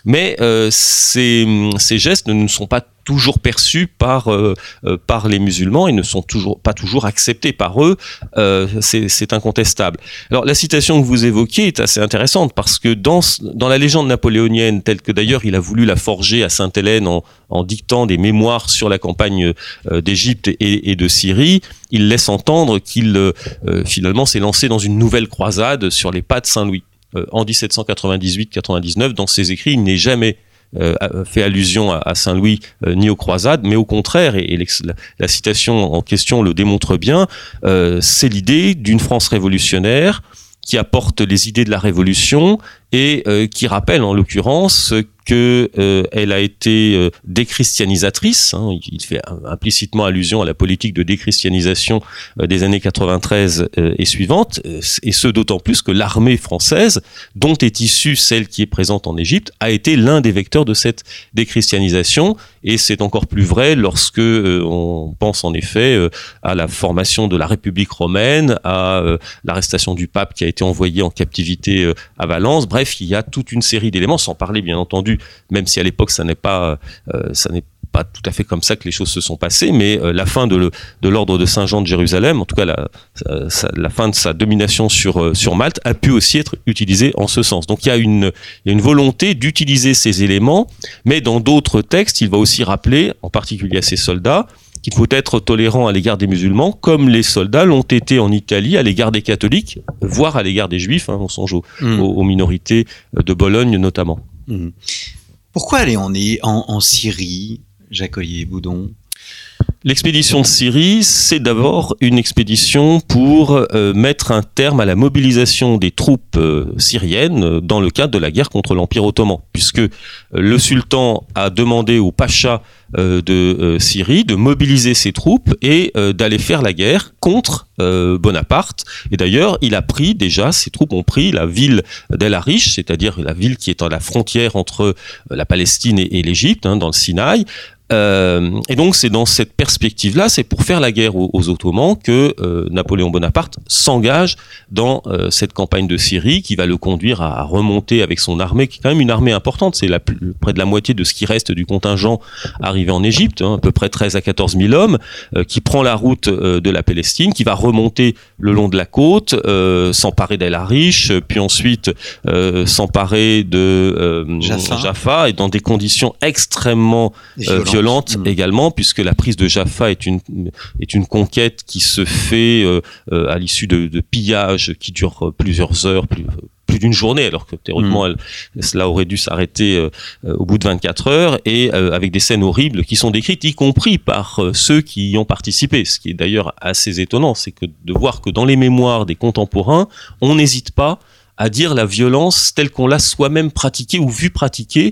mais euh, ces, ces gestes ne sont pas toujours perçus par euh, euh, par les musulmans et ne sont toujours pas toujours acceptés par eux. Euh, c'est, c'est incontestable. Alors la citation que vous évoquez est assez intéressante parce que dans dans la légende napoléonienne, telle que d'ailleurs il a voulu la forger à Sainte-Hélène en, en dictant des mémoires sur la campagne euh, d'Égypte et, et de Syrie, il laisse entendre qu'il euh, finalement s'est lancé dans une nouvelle croisade sur les pas de Saint-Louis. Euh, en dix-sept cent quatre-vingt-dix-huit quatre-vingt-dix-neuf, dans ses écrits, il n'est jamais Euh, fait allusion à, à Saint-Louis euh, ni aux croisades, mais au contraire, et, et la, la citation en question le démontre bien, euh, c'est l'idée d'une France révolutionnaire qui apporte les idées de la Révolution et euh, qui rappelle en l'occurrence que euh, elle a été euh, déchristianisatrice. Hein, il fait implicitement allusion à la politique de déchristianisation euh, des années quatre-vingt-treize euh, et suivantes, euh, et ce d'autant plus que l'armée française, dont est issue celle qui est présente en Égypte, a été l'un des vecteurs de cette déchristianisation, et c'est encore plus vrai lorsque euh, on pense en effet euh, à la formation de la République romaine, à euh, l'arrestation du pape qui a été envoyé en captivité euh, à Valence. Bref, il y a toute une série d'éléments, sans parler bien entendu, même si à l'époque ça n'est pas, euh, ça n'est pas tout à fait comme ça que les choses se sont passées, mais euh, la fin de, le, de l'ordre de Saint-Jean de Jérusalem, en tout cas la, sa, la fin de sa domination sur, euh, sur Malte, a pu aussi être utilisée en ce sens. Donc il y a une, il y a une volonté d'utiliser ces éléments, mais dans d'autres textes, il va aussi rappeler, en particulier à ses soldats, qu'il faut être tolérant à l'égard des musulmans, comme les soldats l'ont été en Italie à l'égard des catholiques, voire à l'égard des juifs, hein, on songe aux, mmh. aux, aux minorités de Bologne notamment. Mmh. Pourquoi aller en, en, en Syrie, Jacques-Olivier Boudon ? L'expédition de Syrie, c'est d'abord une expédition pour euh, mettre un terme à la mobilisation des troupes euh, syriennes dans le cadre de la guerre contre l'Empire ottoman, puisque euh, le sultan a demandé au pacha euh, de euh, Syrie de mobiliser ses troupes et euh, d'aller faire la guerre contre euh, Bonaparte. Et d'ailleurs, il a pris déjà, ses troupes ont pris la ville d'El Arish, c'est-à-dire la ville qui est à la frontière entre euh, la Palestine et, et l'Égypte, hein, dans le Sinaï. Euh, et donc c'est dans cette perspective-là, c'est pour faire la guerre aux, aux Ottomans que euh, Napoléon Bonaparte s'engage dans euh, cette campagne de Syrie qui va le conduire à, à remonter avec son armée, qui est quand même une armée importante, c'est la, près de la moitié de ce qui reste du contingent arrivé en Égypte, hein, à peu près treize à quatorze mille hommes, euh, qui prend la route euh, de la Palestine, qui va remonter le long de la côte, euh, s'emparer d'El Arish, puis ensuite euh, s'emparer de euh, Jaffa. Jaffa, et dans des conditions extrêmement euh, violentes. violente mmh. également, puisque la prise de Jaffa est une est une conquête qui se fait euh, euh, à l'issue de, de pillages qui durent plusieurs heures, plus plus d'une journée, alors que théoriquement mmh. elle, cela aurait dû s'arrêter euh, au bout de vingt-quatre heures, et euh, avec des scènes horribles qui sont décrites, y compris par euh, ceux qui y ont participé. Ce qui est d'ailleurs assez étonnant, c'est que de voir que dans les mémoires des contemporains, on n'hésite pas à dire la violence telle qu'on l'a soi-même pratiquée ou vu pratiquer,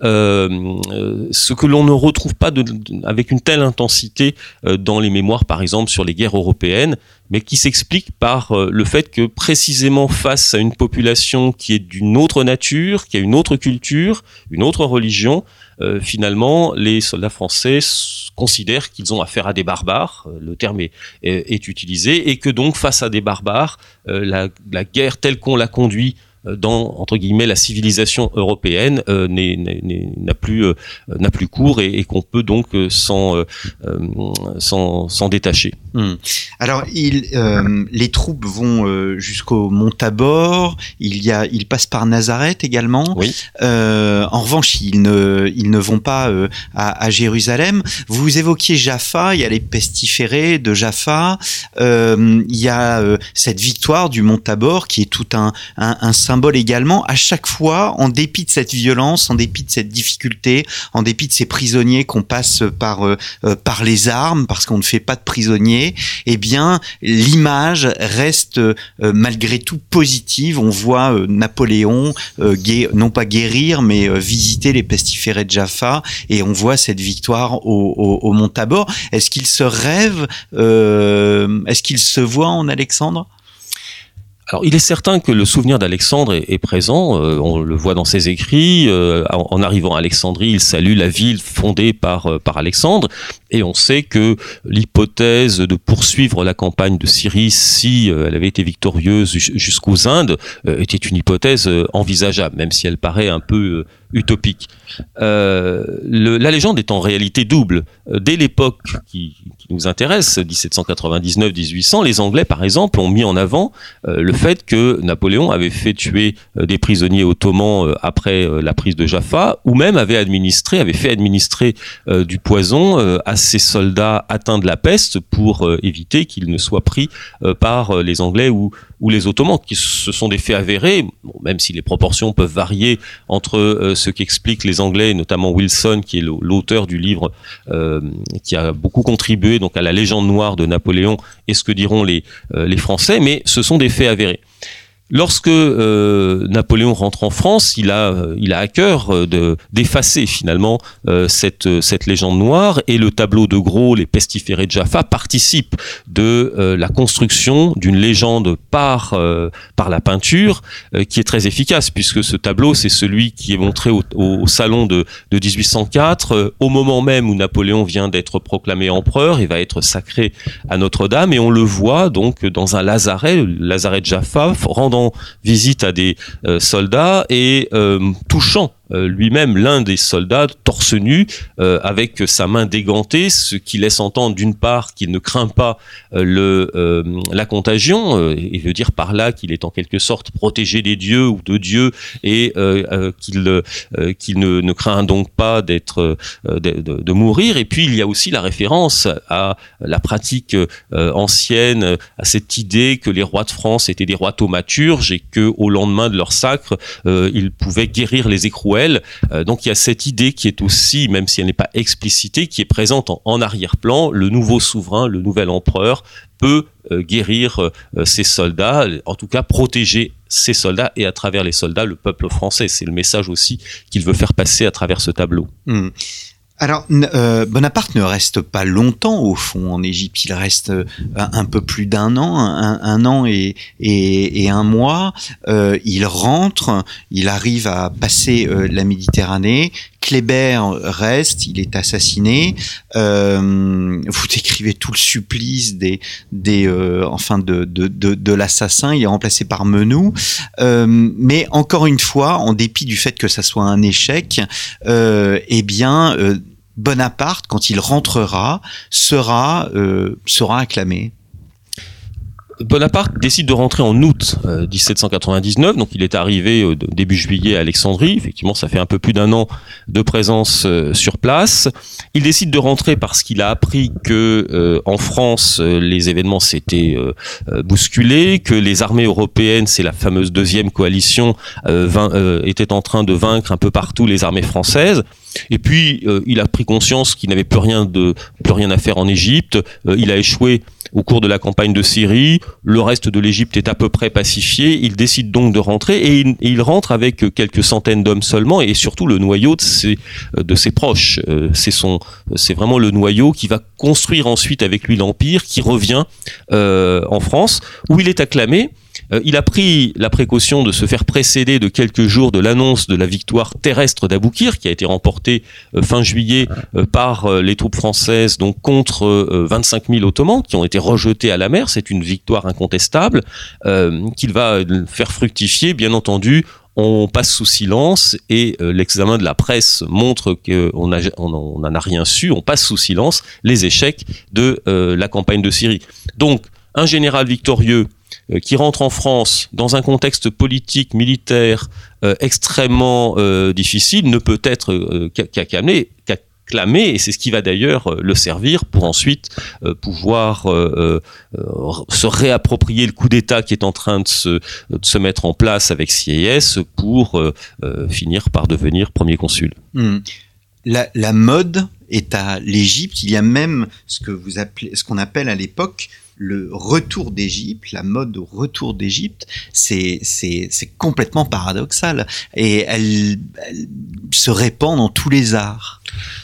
euh, euh, ce que l'on ne retrouve pas de, de, avec une telle intensité euh, dans les mémoires, par exemple, sur les guerres européennes, mais qui s'explique par euh, le fait que précisément face à une population qui est d'une autre nature, qui a une autre culture, une autre religion, euh, finalement, les soldats français considèrent qu'ils ont affaire à des barbares, euh, le terme est, est, est utilisé, et que donc face à des barbares, euh, la, la guerre telle qu'on l'a conduit dans, entre guillemets, la civilisation européenne euh, n'est, n'est, n'a plus euh, n'a plus cours, et, et qu'on peut donc euh, s'en, euh, s'en s'en détacher. Hum. Alors, il, euh, les troupes vont euh, jusqu'au mont Tabor. Il y a, ils passent par Nazareth également. Oui. Euh, en revanche, ils ne, ils ne vont pas euh, à, à Jérusalem. Vous évoquiez Jaffa. Il y a les pestiférés de Jaffa. Euh, il y a euh, cette victoire du mont Tabor qui est tout un, un, un symbole également. À chaque fois, en dépit de cette violence, en dépit de cette difficulté, en dépit de ces prisonniers qu'on passe par euh, par les armes, parce qu'on ne fait pas de prisonniers, eh bien, l'image reste euh, malgré tout positive. On voit euh, Napoléon, euh, gué- non pas guérir, mais euh, visiter les pestiférés de Jaffa, et on voit cette victoire au, au, au mont Tabor. Est-ce qu'il se rêve, euh, est-ce qu'il se voit en Alexandre ? Alors, il est certain que le souvenir d'Alexandre est, est présent. Euh, on le voit dans ses écrits. Euh, en, en arrivant à Alexandrie, il salue la ville fondée par euh, par Alexandre. Et on sait que l'hypothèse de poursuivre la campagne de Syrie, si euh, elle avait été victorieuse jusqu'aux Indes, euh, était une hypothèse euh, envisageable, même si elle paraît un peu utopique. Euh, le, la légende est en réalité double. Dès l'époque qui, qui nous intéresse, dix-sept cent quatre-vingt-dix-neuf à dix-huit cents, les Anglais, par exemple, ont mis en avant euh, le fait que Napoléon avait fait tuer euh, des prisonniers ottomans euh, après euh, la prise de Jaffa, ou même avait administré, avait fait administrer euh, du poison euh, à ses soldats atteints de la peste pour euh, éviter qu'ils ne soient pris euh, par euh, les Anglais ou, ou les Ottomans, qui ce sont des faits avérés, bon, même si les proportions peuvent varier entre euh, ce qu'expliquent les Anglais, notamment Wilson, qui est l'auteur du livre euh, qui a beaucoup contribué donc à la légende noire de Napoléon, et ce que diront les, euh, les Français, mais ce sont des faits avérés. Lorsque euh, Napoléon rentre en France, il a, il a à cœur de, d'effacer finalement euh, cette, cette légende noire, et le tableau de Gros, les pestiférés de Jaffa, participe de euh, la construction d'une légende par, euh, par la peinture euh, qui est très efficace, puisque ce tableau, c'est celui qui est montré au, au salon de, de dix-huit cent quatre, euh, au moment même où Napoléon vient d'être proclamé empereur et va être sacré à Notre-Dame, et on le voit donc dans un lazaret, le lazaret de Jaffa, rendant visite à des euh, soldats et euh, touchant euh, lui-même l'un des soldats torse nu euh, avec sa main dégantée, ce qui laisse entendre d'une part qu'il ne craint pas euh, le, euh, la contagion, euh, et veut dire par là qu'il est en quelque sorte protégé des dieux ou de Dieu, et euh, euh, qu'il, euh, qu'il ne, ne craint donc pas d'être, euh, de, de, de mourir. Et puis il y a aussi la référence à la pratique euh, ancienne, à cette idée que les rois de France étaient des rois thaumaturges et que au lendemain de leur sacre, euh, ils pouvaient guérir les écrouelles. Euh, donc il y a cette idée qui est aussi, même si elle n'est pas explicitée, qui est présente en, en arrière-plan. Le nouveau souverain, le nouvel empereur peut euh, guérir euh, ses soldats, en tout cas protéger ses soldats, et à travers les soldats, le peuple français. C'est le message aussi qu'il veut faire passer à travers ce tableau. Mmh. Alors, euh, Bonaparte ne reste pas longtemps au fond en Égypte. Il reste un, un peu plus d'un an, un, un an et, et, et un mois. Euh, il rentre, il arrive à passer euh, la Méditerranée. Kléber reste, il est assassiné. Euh, vous décrivez tout le supplice des, des, euh, enfin de, de, de, de l'assassin. Il est remplacé par Menou. Euh, mais encore une fois, en dépit du fait que ça soit un échec, euh, eh bien, euh, Bonaparte, quand il rentrera, sera, euh, sera acclamé. Bonaparte décide de rentrer en août euh, dix-sept cent quatre-vingt-dix-neuf, donc il est arrivé euh, début juillet à Alexandrie. Effectivement, ça fait un peu plus d'un an de présence euh, sur place. Il décide de rentrer parce qu'il a appris que euh, en France, euh, les événements s'étaient euh, euh, bousculés, que les armées européennes, c'est la fameuse deuxième coalition, euh, vain, euh, étaient en train de vaincre un peu partout les armées françaises. Et puis, euh, il a pris conscience qu'il n'avait plus rien de plus rien à faire en Égypte. Euh, il a échoué au cours de la campagne de Syrie. Le reste de l'Égypte est à peu près pacifié. Il décide donc de rentrer, et il, et il rentre avec quelques centaines d'hommes seulement, et surtout le noyau de ses, de ses proches. Euh, c'est son, c'est vraiment le noyau qui va construire ensuite avec lui l'Empire, qui revient euh, en France, où il est acclamé. Euh, il a pris la précaution de se faire précéder de quelques jours de l'annonce de la victoire terrestre d'Aboukir, qui a été remportée euh, fin juillet euh, par euh, les troupes françaises, donc contre euh, vingt-cinq mille Ottomans qui ont été rejetés à la mer. C'est une victoire incontestable euh, qu'il va faire fructifier, bien entendu. On passe sous silence, et euh, l'examen de la presse montre qu'on a, on n'en a rien su. On passe sous silence les échecs de euh, la campagne de Syrie. Donc, un général victorieux euh, qui rentre en France dans un contexte politique, militaire euh, extrêmement euh, difficile ne peut être euh, qu'acclamé, qu'acclamé, et c'est ce qui va d'ailleurs euh, le servir pour ensuite euh, pouvoir euh, euh, se réapproprier le coup d'État qui est en train de se, de se mettre en place avec Sieyès pour euh, euh, finir par devenir premier consul. Mmh. La, la mode est à l'Égypte. Il y a même ce que vous appelez, ce qu'on appelle à l'époque le retour d'Égypte, la mode au retour d'Égypte. C'est, c'est, c'est complètement paradoxal, et elle, elle se répand dans tous les arts.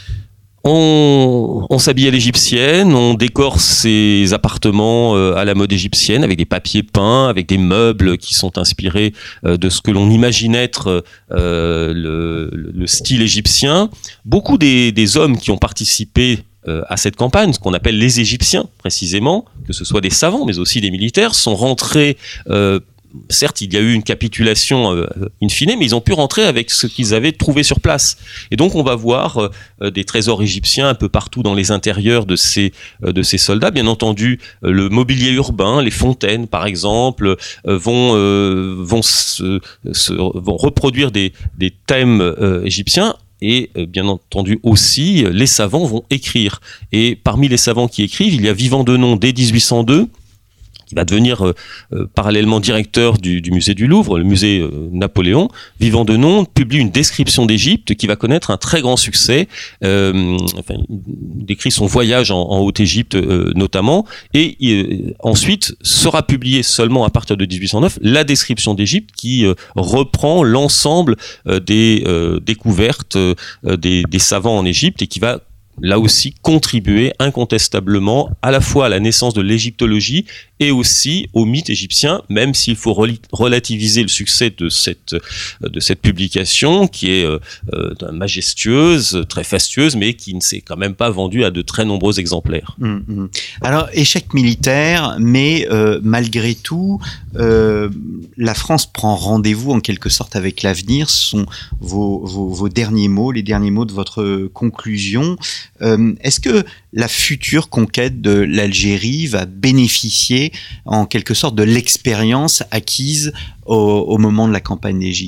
On, on s'habille à l'égyptienne, on décore ses appartements euh, à la mode égyptienne, avec des papiers peints, avec des meubles qui sont inspirés euh, de ce que l'on imagine être euh, le, le style égyptien. Beaucoup des, des hommes qui ont participé euh, à cette campagne, ce qu'on appelle les Égyptiens précisément, que ce soit des savants mais aussi des militaires, sont rentrés euh, certes, il y a eu une capitulation euh, in fine, mais ils ont pu rentrer avec ce qu'ils avaient trouvé sur place. Et donc, on va voir euh, des trésors égyptiens un peu partout dans les intérieurs de ces euh, de ces soldats. Bien entendu, euh, le mobilier urbain, les fontaines, par exemple, euh, vont euh, vont se, se, vont reproduire des des thèmes euh, égyptiens. Et euh, bien entendu aussi, les savants vont écrire. Et parmi les savants qui écrivent, il y a Vivant Denon dès dix-huit cent deux, qui va devenir euh, euh, parallèlement directeur du, du musée du Louvre, le musée euh, Napoléon. Vivant Denon publie une description d'Égypte qui va connaître un très grand succès. Euh, enfin, il décrit son voyage en, en Haute-Égypte euh, notamment, et euh, ensuite sera publiée seulement à partir de dix-huit cent neuf la description d'Égypte qui euh, reprend l'ensemble euh, des euh, découvertes euh, des, des savants en Égypte et qui va là aussi contribuer incontestablement à la fois à la naissance de l'égyptologie et aussi au mythe égyptien, même s'il faut relativiser le succès de cette de cette publication qui est euh, majestueuse, très fastueuse, mais qui ne s'est quand même pas vendue à de très nombreux exemplaires. Mmh, mmh. Alors, échec militaire, mais euh, malgré tout, euh, la France prend rendez-vous en quelque sorte avec l'avenir. Ce sont vos, vos, vos derniers mots, les derniers mots de votre conclusion. Euh, est-ce que la future conquête de l'Algérie va bénéficier en quelque sorte de l'expérience acquise au, au moment de la campagne d'Égypte ?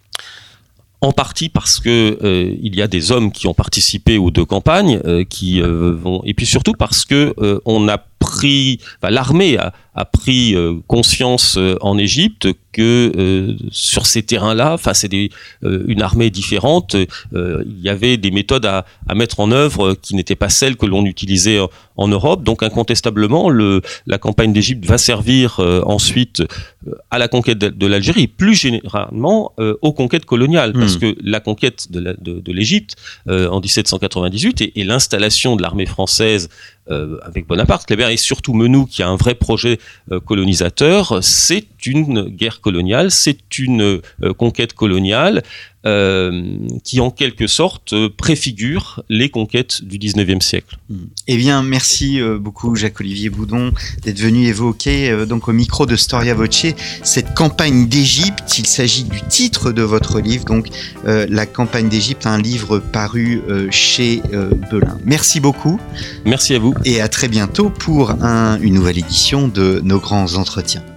En partie parce que euh, il y a des hommes qui ont participé aux deux campagnes, euh, qui euh, vont, et puis surtout parce que euh, on a pris, enfin, l'armée a, a pris euh, conscience euh, en Égypte que euh, sur ces terrains-là, enfin c'est des, euh, une armée différente, euh, il y avait des méthodes à, à mettre en œuvre qui n'étaient pas celles que l'on utilisait en, en Europe. Donc incontestablement, le, la campagne d'Égypte va servir euh, ensuite euh, à la conquête de, de l'Algérie, plus généralement euh, aux conquêtes coloniales, mmh. parce que la conquête de, la, de, de l'Égypte euh, en dix-sept cent quatre-vingt-dix-huit et, et l'installation de l'armée française Euh, avec Bonaparte, Kléber et surtout Menou qui a un vrai projet euh, colonisateur, c'est une guerre coloniale, c'est une euh, conquête coloniale euh, qui en quelque sorte euh, préfigure les conquêtes du dix-neuvième siècle. Eh bien, merci euh, beaucoup Jacques-Olivier Boudon d'être venu évoquer euh, donc au micro de Storia Voce cette campagne d'Égypte. Il s'agit du titre de votre livre, donc euh, La campagne d'Égypte, un livre paru euh, chez euh, Belin. Merci beaucoup. Merci à vous. Et à très bientôt pour un, une nouvelle édition de Nos Grands Entretiens.